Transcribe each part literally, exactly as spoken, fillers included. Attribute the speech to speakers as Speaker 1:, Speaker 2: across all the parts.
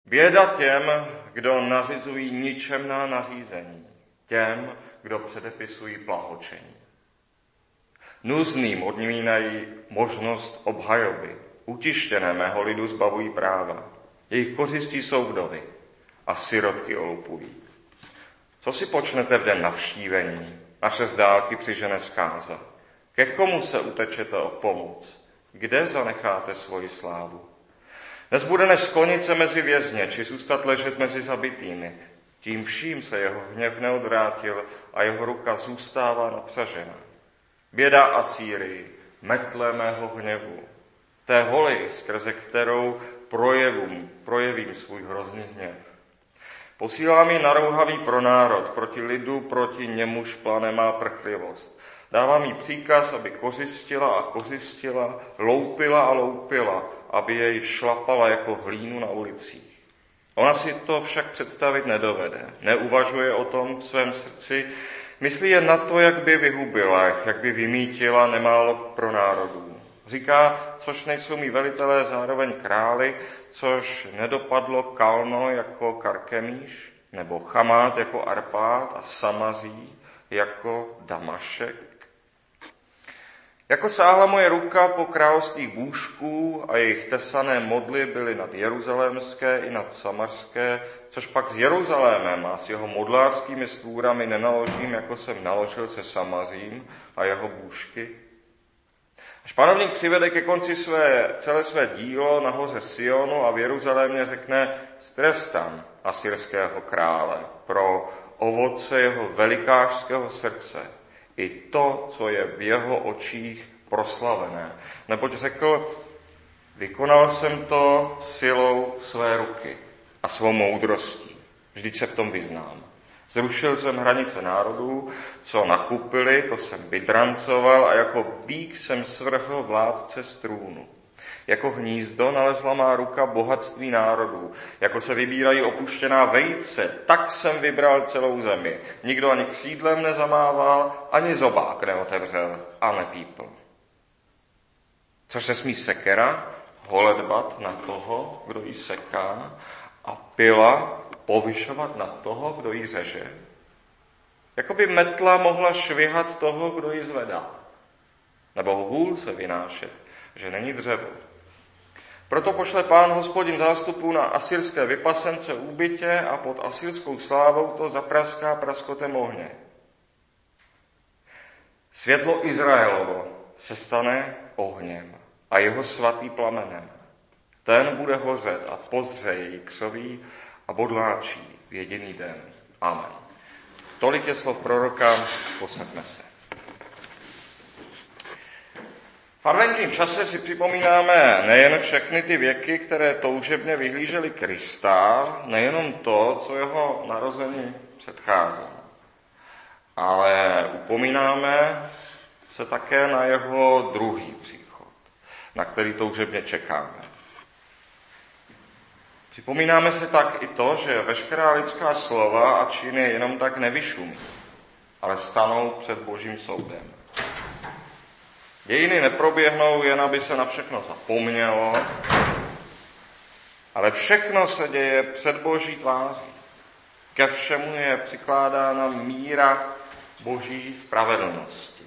Speaker 1: Běda těm, kdo nařizují ničemná nařízení, těm, kdo předepisují blahočení. Nuzným odmínají možnost obhajoby, utištěné mého lidu zbavují práva. Jejich kořistí jsou vdovy a sirotky olupují. Co si počnete v den navštívení, naše z dálky přižene zkáza? Ke komu se utečete o pomoc? Kde zanecháte svoji slávu? Nezbude než sklonit se mezi vězně, či zůstat ležet mezi zabitými. Tím vším se jeho hněv neodvrátil a jeho ruka zůstává napřažena. Běda Asýrii, metle mého hněvu, té holi, skrze kterou projevím, projevím svůj hrozný hněv. Posílám ji narouhavý pro národ, proti lidu, proti němuž plane má prchlivost. Dávám jí příkaz, aby kořistila a kořistila, loupila a loupila, aby jej šlapala jako hlínu na ulicích. Ona si to však představit nedovede, neuvažuje o tom v svém srdci, myslí jen na to, jak by vyhubila, jak by vymítila nemálo pro národů. Říká, což nejsou mý velitelé zároveň králi, což nedopadlo Kalno jako Karkemíš, nebo Chamát jako Arpád a Samazí jako Damašek. Jako sáhla moje ruka po království bůžků a jejich tesané modly byly nad jeruzalémské i nad samarské, což pak s Jeruzalémem a s jeho modlářskými stvůrami nenaložím, jako jsem naložil se Samazím a jeho bůžky. Až panovník přivede ke konci své, celé své dílo na hoře Sionu a v Jeruzalémě řekne, strestám asyrského krále pro ovoce jeho velikářského srdce, i to, co je v jeho očích proslavené. Neboť řekl, vykonal jsem to silou své ruky a svou moudrostí. Vždyť se v tom vyznám. Zrušil jsem hranice národů, co nakupili, to jsem vydrancoval a jako bík jsem svrhl vládce z trůnu. Jako hnízdo nalezla má ruka bohatství národů. Jako se vybírají opuštěná vejce, tak jsem vybral celou zemi. Nikdo ani křídlem nezamával, ani zobák neotevřel a nepípl. Což se smí sekera holedbat na toho, kdo ji seká, a pila povyšovat na toho, kdo ji řeže. Jakoby metla mohla švihat toho, kdo ji zvedá. Nebo hůl se vynášet, že není dřevo. Proto pošle Pán Hospodin zástupů na asyrské vypasence úbytě a pod asyrskou slávou to zapraská praskotem ohně. Světlo Izraelovo se stane ohněm a jeho svatý plamenem. Ten bude hořet a pozře její křoví a bodláčí v jediný den. Amen. Tolik je slov proroka, posaďme se. V adventním čase si připomínáme nejen všechny ty věky, které toužebně vyhlížely Krista, nejenom to, co jeho narození předcházelo, ale upomínáme se také na jeho druhý příchod, na který toužebně čekáme. Připomínáme se tak i to, že veškerá lidská slova a činy jenom tak nevyšumí, ale stanou před Božím soudem. Dějiny neproběhnou jen, aby se na všechno zapomnělo, ale všechno se děje před Boží tváří. Ke všemu je přikládána míra Boží spravedlnosti.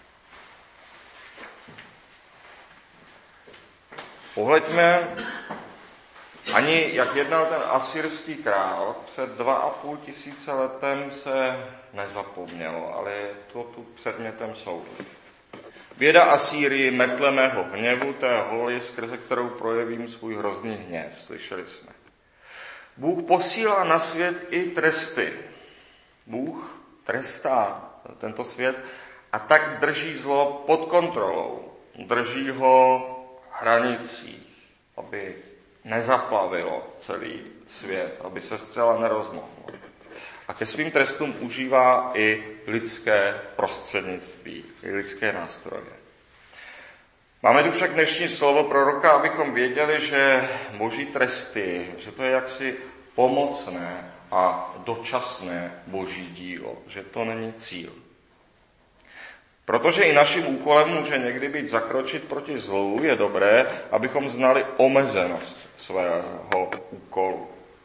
Speaker 1: Pohleďme, ani jak jednal ten asyrský král, před dva a půl tisíce letem se nezapomnělo, ale je to tu předmětem soudu. Běda Asýrii, metle mého hněvu, té holy, skrze kterou projevím svůj hrozný hněv, slyšeli jsme. Bůh posílá na svět i tresty. Bůh trestá tento svět a tak drží zlo pod kontrolou. Drží ho v hranicích, aby nezaplavilo celý svět, aby se zcela nerozmohlo. A ke svým trestům užívá i lidské prostřednictví, i lidské nástroje. Máme tu však dnešní slovo proroka, abychom věděli, že Boží tresty, že to je jaksi pomocné a dočasné Boží dílo, že to není cíl. Protože i naším úkolem může někdy být zakročit proti zlu, je dobré, abychom znali omezenost svého úkolu.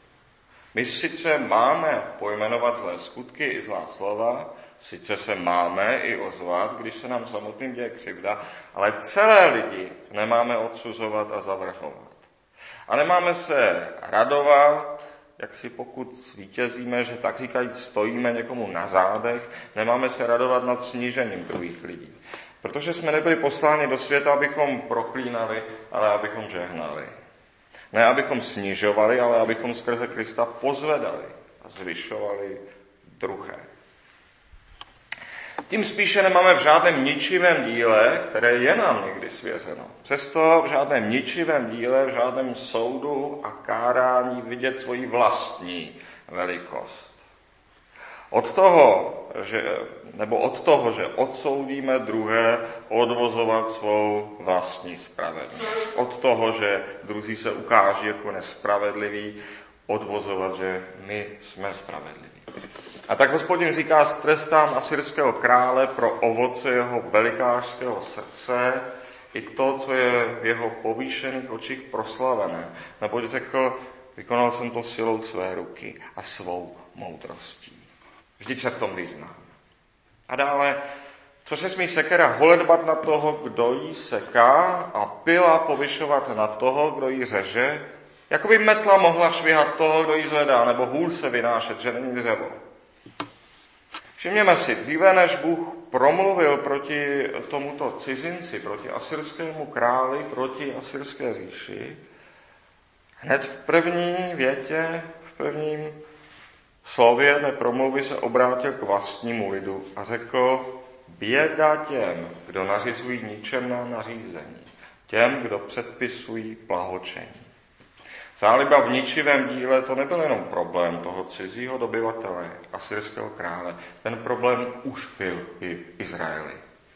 Speaker 1: My sice máme pojmenovat zlé skutky i zlá slova, sice se máme i ozvat, když se nám samotným děje křivda, ale celé lidi nemáme odsuzovat a zavrhovat. A nemáme se radovat, jak si pokud zvítězíme, že tak říkají, stojíme někomu na zádech, nemáme se radovat nad snížením druhých lidí. Protože jsme nebyli posláni do světa, abychom proklínali, ale abychom žehnali. Ne abychom snižovali, ale abychom skrze Krista pozvedali a zvyšovali druhé. Tím spíše nemáme v žádném ničivém díle, které je nám někdy svěřeno. Přesto v žádném ničivém díle, v žádném soudu a kárání vidět svoji vlastní velikost. Od toho, že, nebo od toho, že odsoudíme druhé, odvozovat svou vlastní spravedlnost. Od toho, že druzí se ukáží jako nespravedliví, odvozovat, že my jsme spravedliví. A tak Hospodin říká, strestám asyrského krále pro ovoce jeho velikářského srdce i to, co je v jeho povýšených očích proslavené. Neboť řekl, vykonal jsem to silou své ruky a svou moudrostí. Vždyť se v tom vyznám. A dále, co se smí sekera holedbat na toho, kdo jí seká, a pila povyšovat na toho, kdo jí řeže, jako by metla mohla švihat toho, kdo jí zvedá, nebo hůl se vynášet, že není dřevo. Všimněme si, dříve než Bůh promluvil proti tomuto cizinci, proti asyrskému králi, proti asyrské říši, hned v první větě, v prvním slově té promluvy se obrátil k vlastnímu lidu a řekl, běda těm, kdo nařizují ničemná nařízení, těm, kdo předpisují blahočení. Záliba v ničivém díle to nebyl jenom problém toho cizího dobyvatele, asyrského krále. Ten problém už byl i Izraeli.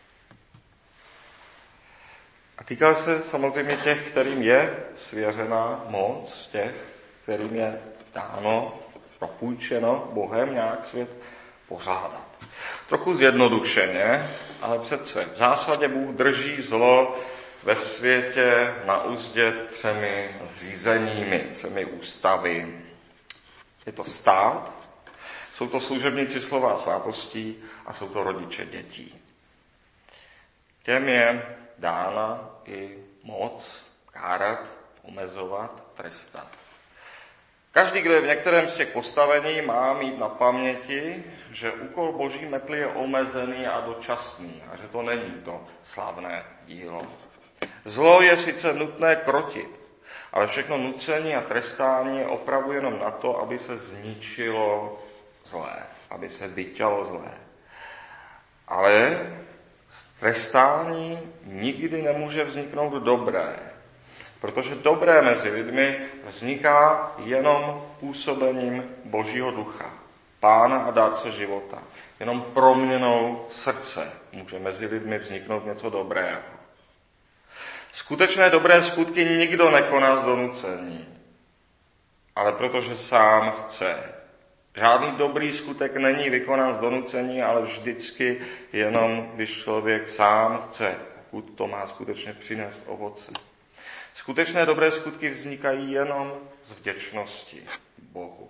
Speaker 1: A týkal se samozřejmě těch, kterým je svěřená moc, těch, kterým je dáno, propůjčeno Bohem nějak svět pořádat. Trochu zjednodušeně, ale přece v zásadě Bůh drží zlo ve světě na uzdě třemi zřízeními, třemi ústavy. Je to stát, jsou to služebníci slova a svátostí a jsou to rodiče dětí. Těm je dána i moc kárat, omezovat, trestat. Každý, kdo je v některém z těch postavení, má mít na paměti, že úkol Boží metly je omezený a dočasný a že to není to slavné dílo. Zlo je sice nutné krotit, ale všechno nucení a trestání je opravdu jenom na to, aby se zničilo zlé, aby se vyťalo zlé. Ale z trestání nikdy nemůže vzniknout dobré, protože dobré mezi lidmi vzniká jenom působením Božího ducha, Pána a dárce života. Jenom proměnou srdce může mezi lidmi vzniknout něco dobrého. Skutečné dobré skutky nikdo nekoná z donucení, ale protože sám chce. Žádný dobrý skutek není vykonán z donucení, ale vždycky jenom, když člověk sám chce, pokud to má skutečně přinést ovoce. Skutečné dobré skutky vznikají jenom z vděčnosti Bohu.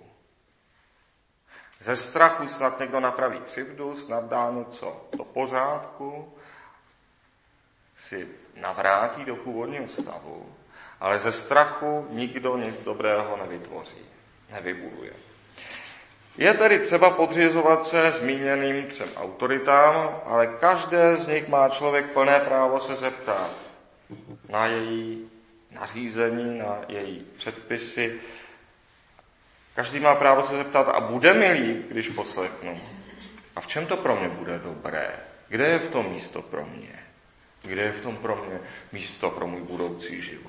Speaker 1: Ze strachu snad někdo napraví křivdu, snad dá něco do pořádku, si navrátí do původního stavu, ale ze strachu nikdo nic dobrého nevytvoří, nevybuduje. Je tedy třeba podřizovat se zmíněným třem autoritám, ale každé z nich má člověk plné právo se zeptat na její nařízení, na její předpisy. Každý má právo se zeptat, a bude mi líp, když poslechnu? A v čem to pro mě bude dobré? Kde je v tom místo pro mě? Kde je v tom pro mě místo pro můj budoucí život?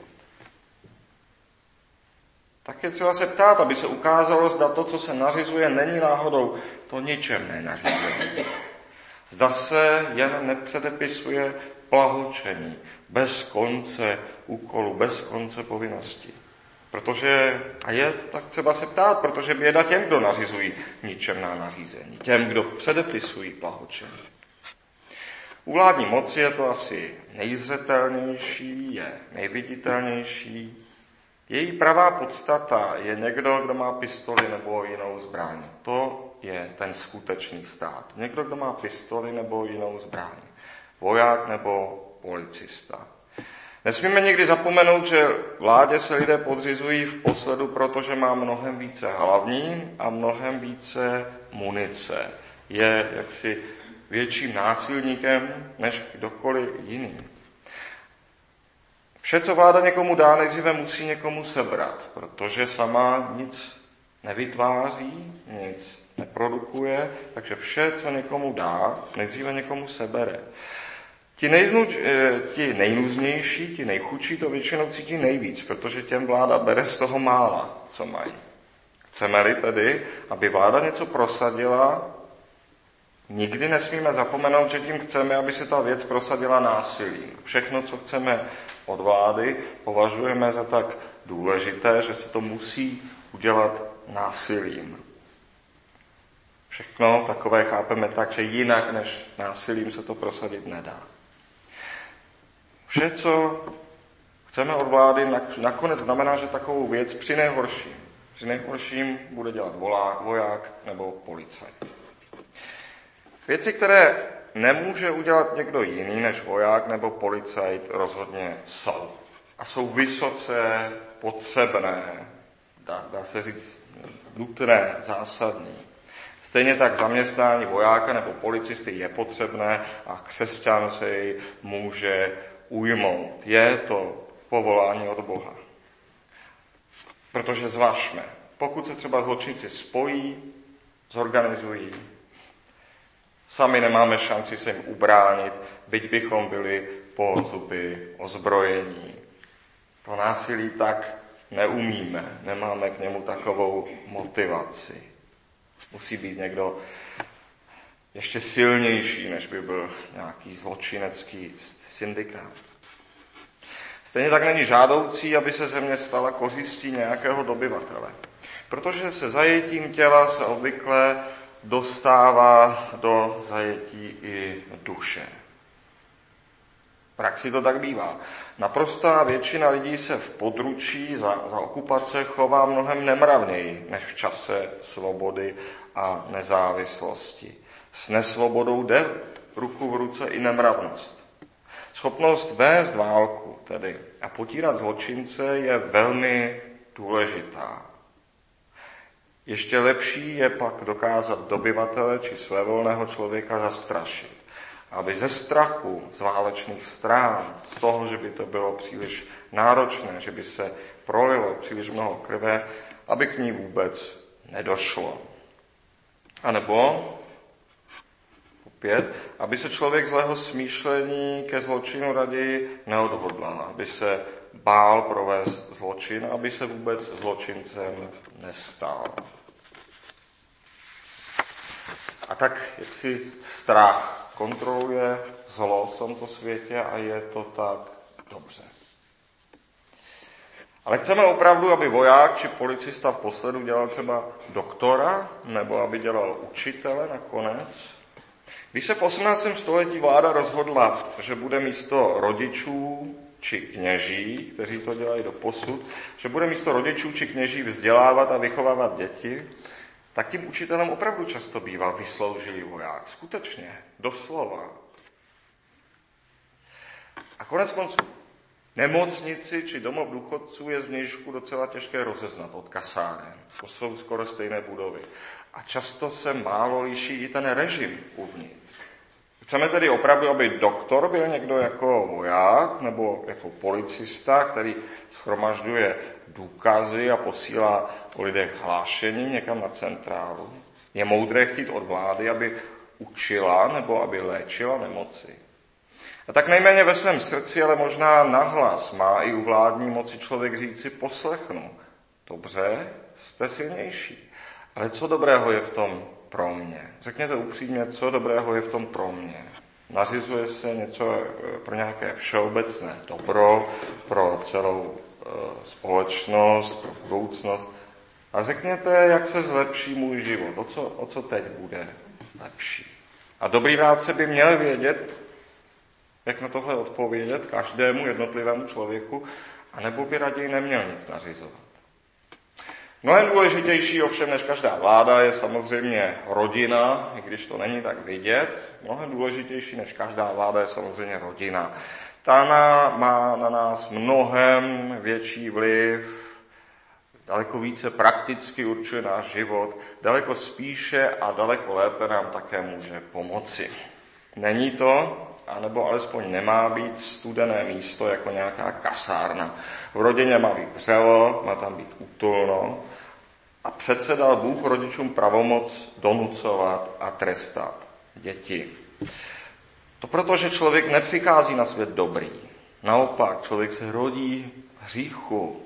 Speaker 1: Tak je třeba se ptát, aby se ukázalo, zda to, co se nařizuje, není náhodou to ničemné nařízení. Zda se jen nepředepisuje blahočení, bez konce úkolu, bez konce povinnosti. Protože, a je tak třeba se ptát, protože běda těm, kdo nařizují ničemná nařízení, těm, kdo předepisují blahočení. U vládní moci je to asi nejzřetelnější, je nejviditelnější. Její pravá podstata je někdo, kdo má pistoli nebo jinou zbraň. To je ten skutečný stát. Někdo, kdo má pistoli nebo jinou zbraň. Voják nebo policista. Nesmíme nikdy zapomenout, že vládě se lidé podřizují v posledu, protože má mnohem více hlavní a mnohem více munice. Je jaksi větším násilníkem než kdokoliv jiný. Vše, co vláda někomu dá, nejdříve musí někomu sebrat, protože sama nic nevytváří, nic neprodukuje, takže vše, co někomu dá, nejdříve někomu sebere. Ti, nejznuč, ti nejnuznější, ti nejchudší to většinou cítí nejvíc, protože těm vláda bere z toho mála, co mají. Chceme-li tedy, aby vláda něco prosadila, nikdy nesmíme zapomenout, že tím chceme, aby se ta věc prosadila násilím. Všechno, co chceme od vlády, považujeme za tak důležité, že se to musí udělat násilím. Všechno takové chápeme tak, že jinak než násilím se to prosadit nedá. Vše, co chceme od vlády, nakonec znamená, že takovou věc při nejhorším, při nejhorším bude dělat voják nebo policajt. Věci, které nemůže udělat někdo jiný než voják nebo policajt, rozhodně jsou. A jsou vysoce potřebné, dá, dá se říct nutné, zásadní. Stejně tak zaměstnání vojáka nebo policisty je potřebné a křesťan se jej může ujmout. Je to povolání od Boha. Protože zvažme, pokud se třeba zločinci spojí, zorganizují, sami nemáme šanci se jim ubránit, byť bychom byli po zuby ozbrojení. To násilí tak neumíme, nemáme k němu takovou motivaci. Musí být někdo ještě silnější, než by byl nějaký zločinecký syndikát. Stejně tak není žádoucí, aby se země stala kořistí nějakého dobyvatele. Protože se zajetím těla se obvykle dostává do zajetí i duše. V praxi to tak bývá. Naprostá většina lidí se v područí za, za okupace chová mnohem nemravněji než v čase svobody a nezávislosti. S nesvobodou jde ruku v ruce i nemravnost. Schopnost vést válku tedy a potírat zločince je velmi důležitá. Ještě lepší je pak dokázat dobyvatele či svévolného člověka zastrašit, aby ze strachu z válečných strán, z toho, že by to bylo příliš náročné, že by se prolilo příliš mnoho krve, aby k ní vůbec nedošlo. A nebo opět, aby se člověk zlého smýšlení ke zločinu raději neodhodlal, aby se bál provést zločin, aby se vůbec zločincem nestal. A tak, jak si strach kontroluje zlo v tomto světě a je to tak dobře. Ale chceme opravdu, aby voják či policista v posledu dělal třeba doktora, nebo aby dělal učitele nakonec. Když se v osmnáctém století vláda rozhodla, že bude místo rodičů či kněží, kteří to dělají doposud, že bude místo rodičů či kněží vzdělávat a vychovávat děti, tak tím učitelem opravdu často bývá vysloužilý voják. Skutečně, doslova. A konec konců, nemocnici či domov důchodců je zvnějšku docela těžké rozeznat od kasáren. To jsou skoro stejné budovy. A často se málo liší i ten režim uvnitř. Chceme tedy opravdu, aby doktor byl někdo jako voják nebo jako policista, který shromažďuje důkazy a posílá o lidech hlášení někam na centrálu. Je moudré chtít od vlády, aby učila nebo aby léčila nemoci. A tak nejméně ve svém srdci, ale možná nahlas má i u vládní moci člověk říci poslechnu. Dobře, jste silnější. Ale co dobrého je v tom pro mě? Řekněte upřímně, co dobrého je v tom pro mě. Nařizuje se něco pro nějaké všeobecné dobro, pro celou e, společnost, pro budoucnost. A řekněte, jak se zlepší můj život, o co, o co teď bude lepší. A dobrý rádce by měl vědět, jak na tohle odpovědět každému jednotlivému člověku A nebo by raději neměl nic nařizovat. Mnohem důležitější ovšem než každá vláda je samozřejmě rodina, i když to není tak vidět. Mnohem důležitější než každá vláda je samozřejmě rodina. Ta má na nás mnohem větší vliv, daleko více prakticky určuje náš život, daleko spíše a daleko lépe nám také může pomoci. Není to, anebo alespoň nemá být studené místo jako nějaká kasárna. V rodině má být vřelo, má tam být útulno a přece dal Bůh rodičům pravomoc donucovat a trestat děti. To proto, že člověk nepřichází na svět dobrý. Naopak, člověk se rodí hříchu.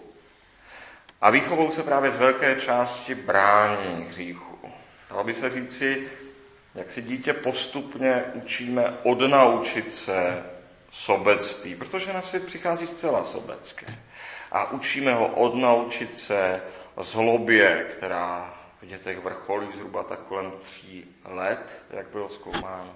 Speaker 1: A výchovou se právě z velké části brání hříchu. Dalo by se říci, jak si dítě postupně učíme odnaučit se sobectví, protože na svět přichází zcela sobecké. A učíme ho odnaučit se zlobě, která v dětech vrcholí zhruba tak kolem tří let, jak bylo zkoumáno.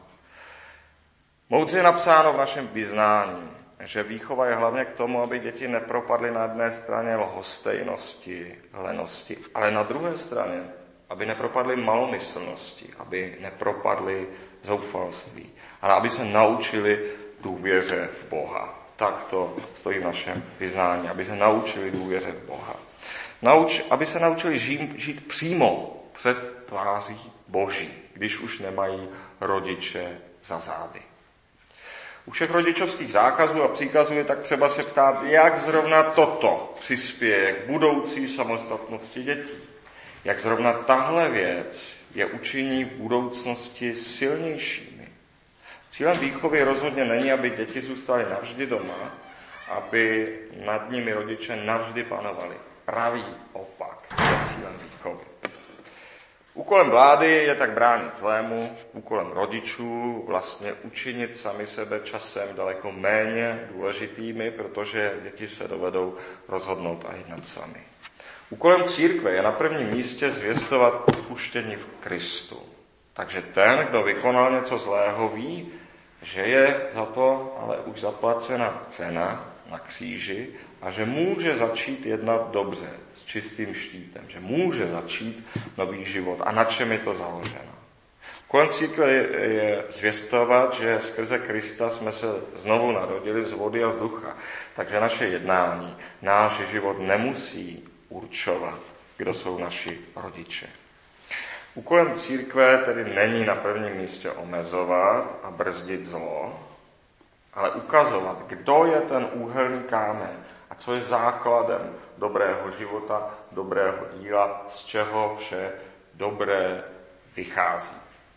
Speaker 1: Moudře je napsáno v našem vyznání, že výchova je hlavně k tomu, aby děti nepropadly na jedné straně lhostejnosti, lenosti, ale na druhé straně, aby nepropadly malomyslnosti, aby nepropadly zoufalství, ale aby se naučili důvěře v Boha. Tak to stojí v našem vyznání, aby se naučili důvěře v Boha. Nauč, aby se naučili žít, žít přímo před tváří Boží, když už nemají rodiče za zády. U všech rodičovských zákazů a příkazů je tak třeba se ptát, jak zrovna toto přispěje k budoucí samostatnosti dětí. Jak zrovna tahle věc je učiní v budoucnosti silnějšími. Cílem výchovy rozhodně není, aby děti zůstaly navždy doma, aby nad nimi rodiče navždy panovali. Pravý opak je cílem výchovy. Úkolem vlády je tak bránit zlému, úkolem rodičů vlastně učinit sami sebe časem daleko méně důležitými, protože děti se dovedou rozhodnout a jednat sami. Úkolem církve je na prvním místě zvěstovat odpuštění v Kristu. Takže ten, kdo vykonal něco zlého, ví, že je za to ale už zaplacená cena na kříži a že může začít jednat dobře, s čistým štítem, že může začít nový život. A na čem je to založeno? Kolem církve je zvěstovat, že skrze Krista jsme se znovu narodili z vody a z ducha. Takže naše jednání, náš život nemusí určovat, kdo jsou naši rodiče. Úkolem církve tedy není na prvním místě omezovat a brzdit zlo, ale ukazovat, kdo je ten úhelný kámen a co je základem dobrého života, dobrého díla, z čeho vše dobré vychází.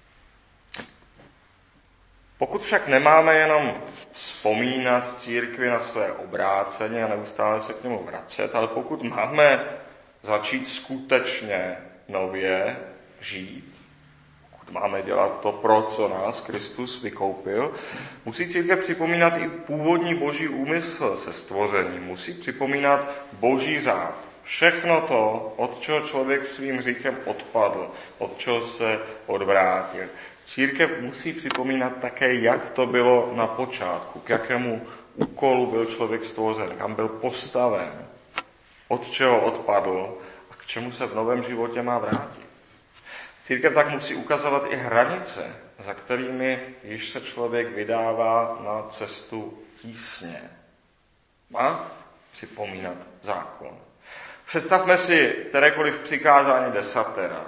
Speaker 1: Pokud však nemáme jenom vzpomínat v církvi na své obrácení a neustále se k němu vracet, ale pokud máme začít skutečně nově žít, pokud máme dělat to, pro co nás Kristus vykoupil, musí církev připomínat i původní boží úmysl se stvořením, musí připomínat boží řád. Všechno to, od čeho člověk svým hříchem odpadl, od čeho se odvrátil. Církev musí připomínat také, jak to bylo na počátku, k jakému úkolu byl člověk stvořen, kam byl postaven, od čeho odpadl a k čemu se v novém životě má vrátit. Církev tak musí ukazovat i hranice, za kterými již se člověk vydává na cestu tísně. Má připomínat zákon. Představme si kterékoliv přikázání desatera.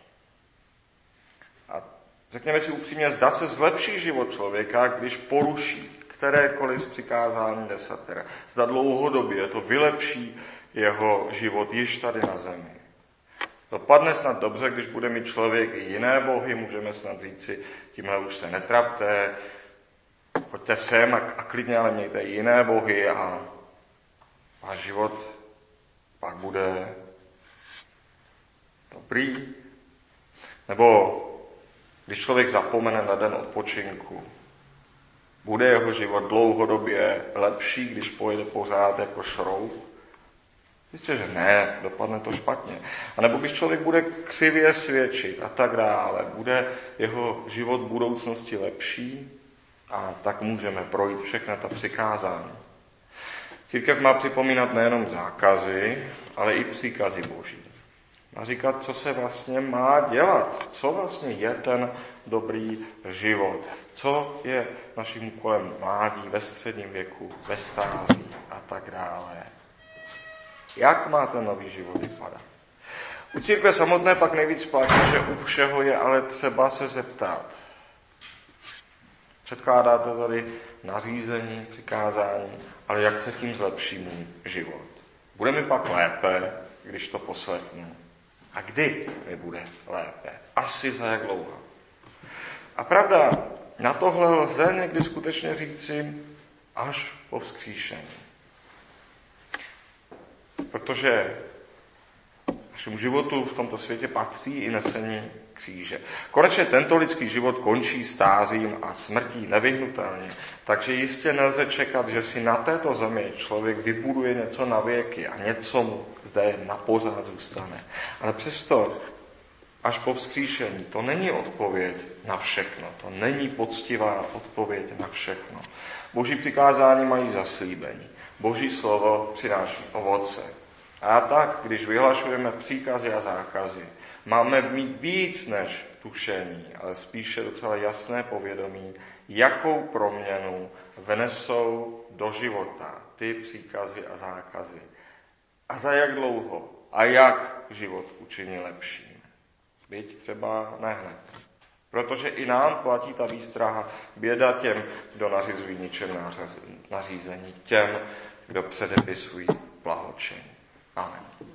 Speaker 1: A řekněme si upřímně, zda se zlepší život člověka, když poruší kterékoliv z přikázání desatera. Zda dlouhodobě to vylepší jeho život již tady na zemi. Dopadne snad dobře, když bude mít člověk i jiné bohy, můžeme snad říci, tímhle už se netrapte, pojďte sem a, a klidně, ale mějte jiné bohy a váš život pak bude dobrý. Nebo když člověk zapomene na den odpočinku, bude jeho život dlouhodobě lepší, když pojede pořád jako šroub? Jistě, že ne, dopadne to špatně. A nebo když člověk bude křivě svědčit a tak dále, bude jeho život v budoucnosti lepší a tak můžeme projít všechna ta přikázání. Církev má připomínat nejenom zákazy, ale i příkazy Boží. Má říkat, co se vlastně má dělat, co vlastně je ten dobrý život, co je naším úkolem mládí, ve středním věku, ve stází a tak dále. Jak má ten nový život vypadat? U církve samotné pak nejvíc platí, že u všeho je ale třeba se zeptat. Předkládáte tady nařízení, přikázání, ale jak se tím zlepší můj život? Bude mi pak lépe, když to poslechnu. A kdy mi bude lépe? Asi za jak dlouho? A pravda, na tohle lze někdy skutečně říci až po vzkříšení. Protože našemu životu v tomto světě patří i nesení kříže. Konečně tento lidský život končí stázím a smrtí nevyhnutelně, takže jistě nelze čekat, že si na této zemi člověk vybuduje něco na věky a něco mu zde na pořád zůstane. Ale přesto až po vzkříšení to není odpověď na všechno, to není poctivá odpověď na všechno. Boží přikázání mají zaslíbení, Boží slovo přináší ovoce. A tak, když vyhlašujeme příkazy a zákazy, máme mít víc než tušení, ale spíše docela jasné povědomí, jakou proměnu vnesou do života ty příkazy a zákazy. A za jak dlouho a jak život učiní lepším. Byť třeba nehned. Protože i nám platí ta výstraha, běda těm, kdo nařizují ničem nařízení, těm, kdo předepisují blahočení. Amen.